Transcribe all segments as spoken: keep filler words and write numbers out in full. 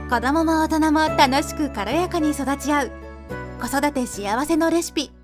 子供も大人も楽しく軽やかに育ち合う子育て幸せのレシピ。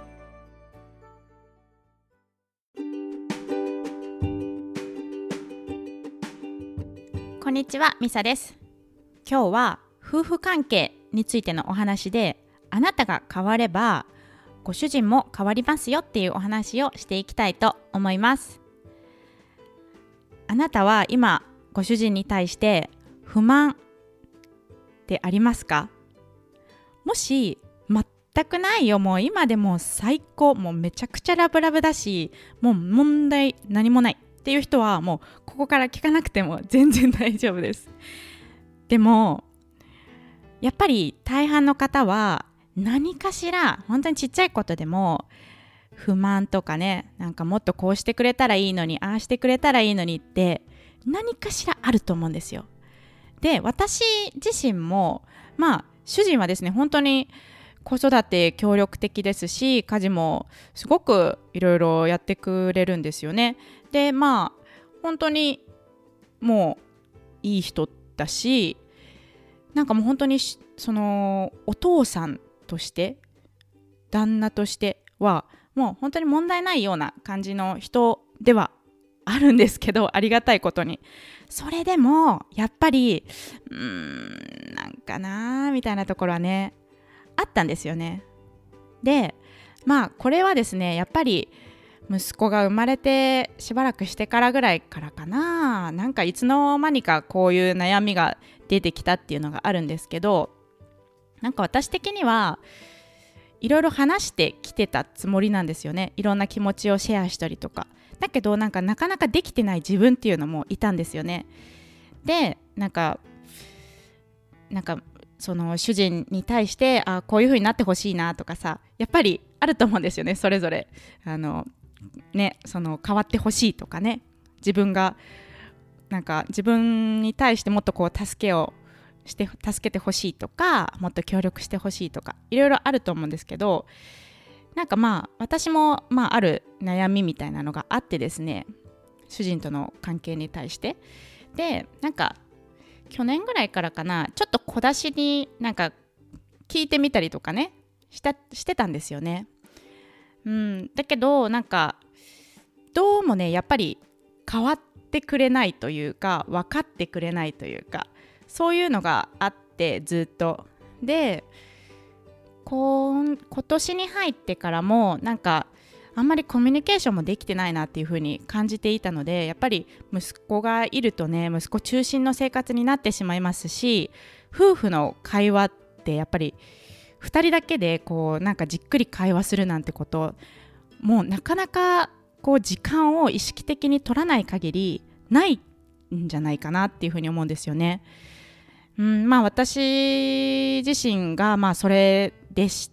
こんにちは、みさです。今日は夫婦関係についてのお話で、あなたが変わればご主人も変わりますよっていうお話をしていきたいと思います。あなたは今ご主人に対して不満ってありますか？もし全くないよ、もう今でも最高、もうめちゃくちゃラブラブだし、もう問題何もないっていう人はもうここから聞かなくても全然大丈夫です。でもやっぱり大半の方は何かしら本当にちっちゃいことでも不満とかね、なんかもっとこうしてくれたらいいのに、ああしてくれたらいいのにって何かしらあると思うんですよ。で、私自身もまあ主人はですね、本当に子育て協力的ですし、家事もすごくいろいろやってくれるんですよね。で、まあ本当にもういい人だし、なんかもう本当にそのお父さんとして旦那としてはもう本当に問題ないような感じの人ではあるんですけど、ありがたいことに。それでもやっぱりうーんなんかなーみたいなところはねあったんですよね。で、まあこれはですね、やっぱり息子が生まれてしばらくしてからぐらいからかな、なんかいつの間にかこういう悩みが出てきたっていうのがあるんですけど、なんか私的にはいろいろ話してきてたつもりなんですよね。いろんな気持ちをシェアしたりとか。だけどなんかなかなかできてない自分っていうのもいたんですよね。で、なんかなんかその主人に対してあこういう風になってほしいなとかさ、やっぱりあると思うんですよね。それぞれあのね、その変わってほしいとかね、自分がなんか自分に対してもっとこう助けをして助けてほしいとか、もっと協力してほしいとか、いろいろあると思うんですけど、なんかまあ私もまあある悩みみたいなのがあってですね、主人との関係に対して。で、なんか去年ぐらいからかな、ちょっと小出しになんか聞いてみたりとかねしたしてたんですよね。うん、だけどなんかどうもね、やっぱり変わってくれないというか、分かってくれないというか、そういうのがあって、ずっとでこう今年に入ってからもなんかあんまりコミュニケーションもできてないなっていう風に感じていたので、やっぱり息子がいるとね、息子中心の生活になってしまいますし、夫婦の会話ってやっぱりふたりだけでこうなんかじっくり会話するなんてこともうなかなかこう時間を意識的に取らない限りないんじゃないかなっていう風に思うんですよね。うん、まあ私自身がまあそれでして、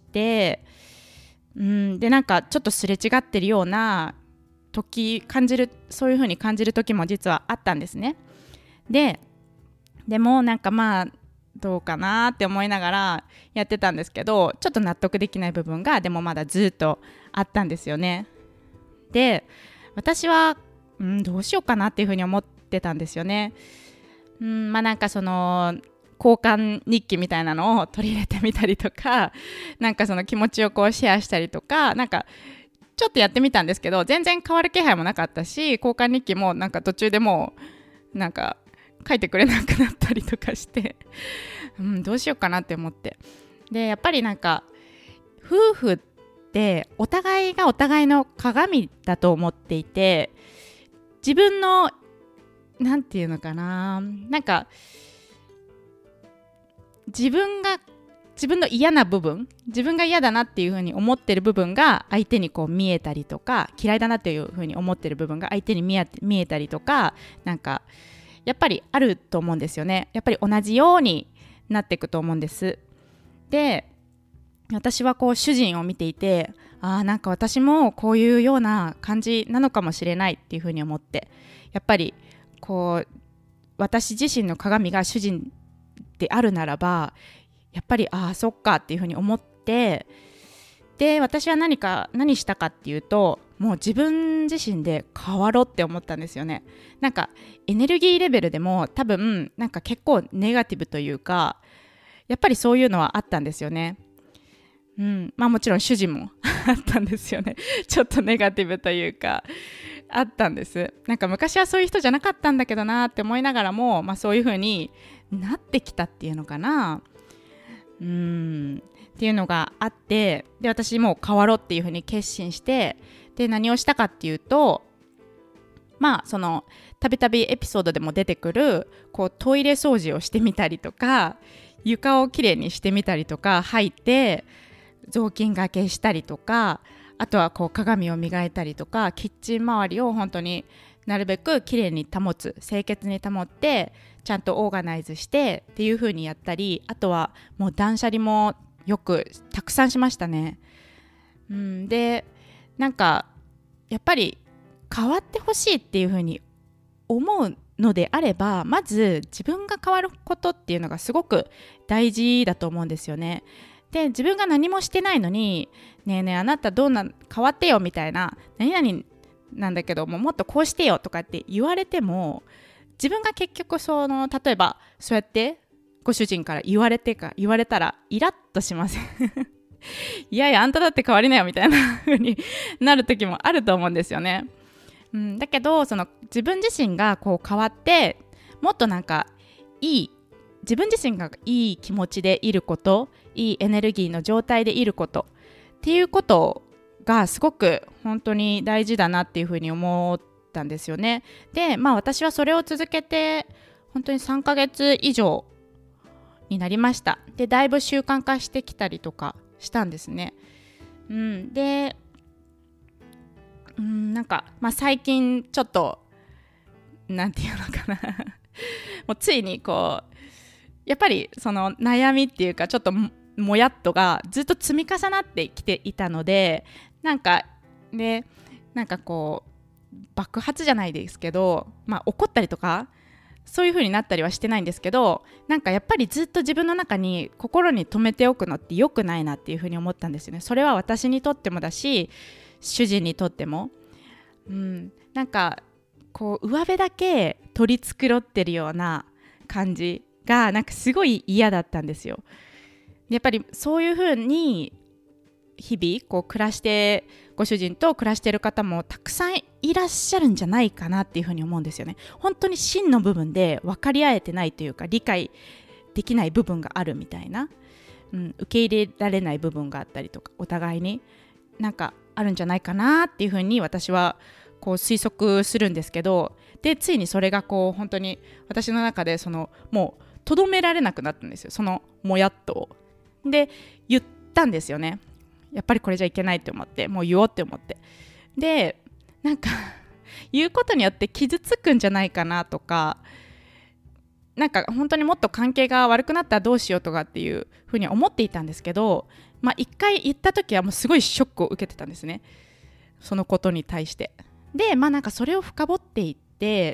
うん、でなんかちょっとすれ違ってるような時感じる、そういう風に感じる時も実はあったんですね。で、でもなんかまあどうかなって思いながらやってたんですけど、ちょっと納得できない部分がでもまだずっとあったんですよね。で、私は、うん、どうしようかなっていう風に思ってたんですよね。うん、まあなんかその交換日記みたいなのを取り入れてみたりとか、なんかその気持ちをこうシェアしたりとか、なんかちょっとやってみたんですけど、全然変わる気配もなかったし、交換日記もなんか途中でもうなんか書いてくれなくなったりとかしてうん、どうしようかなって思って、でやっぱりなんか夫婦ってお互いがお互いの鏡だと思っていて、自分のなんていうのかな、なんか自分が自分の嫌な部分、自分が嫌だなっていう風に思ってる部分が相手にこう見えたりとか、嫌いだなっていう風に思ってる部分が相手に見え、見えたりとか、なんかやっぱりあると思うんですよね。やっぱり同じようになっていくと思うんです。で、私はこう主人を見ていて、あーなんか私もこういうような感じなのかもしれないっていう風に思って、やっぱりこう私自身の鏡が主人であるならば、やっぱりああそっかっていうふうに思って、で私は何か何したかっていうと、 もう自分自身で変わろうって思ったんですよね。なんかエネルギーレベルでも多分なんか結構ネガティブというか、やっぱりそういうのはあったんですよね。うん、まあもちろん主人もあったんですよね。ちょっとネガティブというかあったんです。なんか昔はそういう人じゃなかったんだけどなって思いながらも、まあ、そういう風になってきたっていうのかな、うーんっていうのがあって、で私もう変わろうっていう風に決心して、で何をしたかっていうと、まあそのたびたびエピソードでも出てくるこうトイレ掃除をしてみたりとか、床をきれいにしてみたりとか、吐いて雑巾がけしたりとか、あとはこう鏡を磨いたりとか、キッチン周りを本当になるべくきれいに保つ、清潔に保ってちゃんとオーガナイズしてっていう風にやったり、あとはもう断捨離もよくたくさんしましたね。うん、でなんかやっぱり変わってほしいっていう風に思うのであれば、まず自分が変わることっていうのがすごく大事だと思うんですよね。で自分が何もしてないのに、ねえねえあなたどうな変わってよみたいな、何々なんだけどももっとこうしてよとかって言われても、自分が結局その例えばそうやってご主人から言われてか言われたらイラッとしませんいやいやあんただって変わりなよみたいな風になる時もあると思うんですよね。うん、だけどその自分自身がこう変わって、もっとなんかいい自分自身がいい気持ちでいること、いいエネルギーの状態でいることっていうことがすごく本当に大事だなっていうふうに思ったんですよね。でまあ私はそれを続けて本当にさんかげつ以上になりました。でだいぶ習慣化してきたりとかしたんですね。うん、でうんなんか、まあ、最近ちょっとなんていうのかなもうついにこうやっぱりその悩みっていうか、ちょっと も, もやっとがずっと積み重なってきていたので、なんかねなんかこう爆発じゃないですけど、まあ怒ったりとかそういう風になったりはしてないんですけど、なんかやっぱりずっと自分の中に心に留めておくのって良くないなっていう風に思ったんですよね。それは私にとってもだし、主人にとっても、うん、なんかこう上辺だけ取り繕ってるような感じがなんかすごい嫌だったんですよ。やっぱりそういう風に日々こう暮らしてご主人と暮らしている方もたくさんいらっしゃるんじゃないかなっていう風に思うんですよね。本当に真の部分で分かり合えてないというか、理解できない部分があるみたいな、うん、受け入れられない部分があったりとか、お互いになんかあるんじゃないかなっていう風に私はこう推測するんですけど、でついにそれがこう本当に私の中でそのもうとどめられなくなったんですよ、そのもやっとで言ったんですよね。やっぱりこれじゃいけないって思って、もう言おうって思って、でなんか言うことによって傷つくんじゃないかなとか、なんか本当にもっと関係が悪くなったらどうしようとかっていうふうに思っていたんですけど、まあ一回言った時はもうすごいショックを受けてたんですね、そのことに対して。でまあなんかそれを深掘っていって、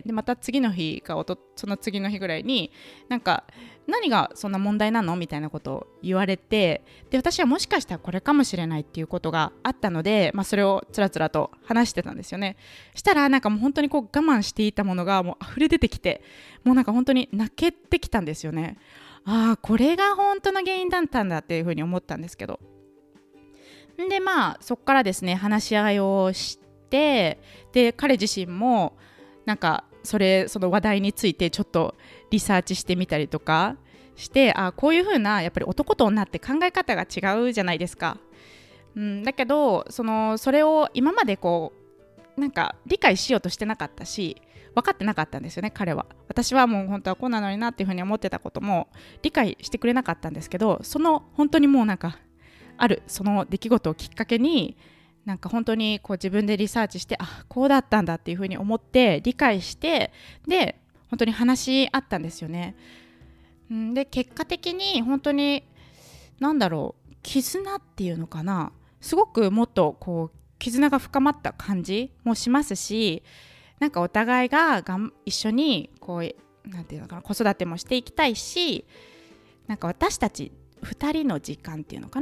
でまた次の日かおとその次の日ぐらいになんか何がそんな問題なのみたいなことを言われて、で私はもしかしたらこれかもしれないっていうことがあったので、まあ、それをつらつらと話してたんですよね。したらなんかもう本当にこう我慢していたものがもう溢れ出てきて、もうなんか本当に泣けてきたんですよね。ああこれが本当の原因だったんだっていうふうに思ったんですけど、でまあそこからですね話し合いをして、で彼自身もなんかそれその話題についてちょっとリサーチしてみたりとかして、あこういう風なやっぱり男と女って考え方が違うじゃないですか、うん、だけどそのそれを今までこうなんか理解しようとしてなかったし分かってなかったんですよね。彼は私はもう本当はこうなのになっていう風に思ってたことも理解してくれなかったんですけど、その本当にもうなんかあるその出来事をきっかけになんか本当にこう自分でリサーチして、あこうだったんだっていうふうに思って理解して、で本当に話し合ったんですよね。で結果的に本当に何だろう絆っていうのかな、すごくもっとこう絆が深まった感じもしますし、なんかお互いががん一緒にこうなんていうのかな子育てもしていきたいし、なんか私たちふたりの時間っていうのかな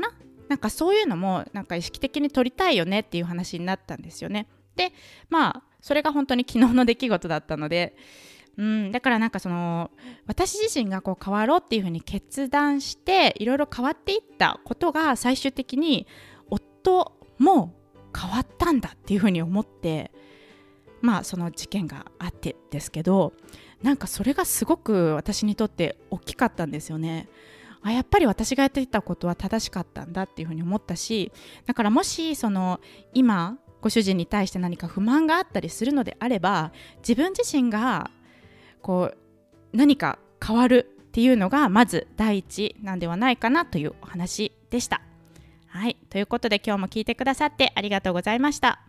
なんかそういうのもなんか意識的に取りたいよねっていう話になったんですよね。でまあそれが本当に昨日の出来事だったので、うん、だからなんかその私自身がこう変わろうっていうふうに決断していろいろ変わっていったことが最終的に夫も変わったんだっていうふうに思って、まあその事件があってですけど、なんかそれがすごく私にとって大きかったんですよね。あ、やっぱり私がやっていたことは正しかったんだっていうふうに思ったし、だからもしその今ご主人に対して何か不満があったりするのであれば、自分自身がこう何か変わるっていうのがまず第一なんではないかなというお話でした。はい、ということで今日も聞いてくださってありがとうございました。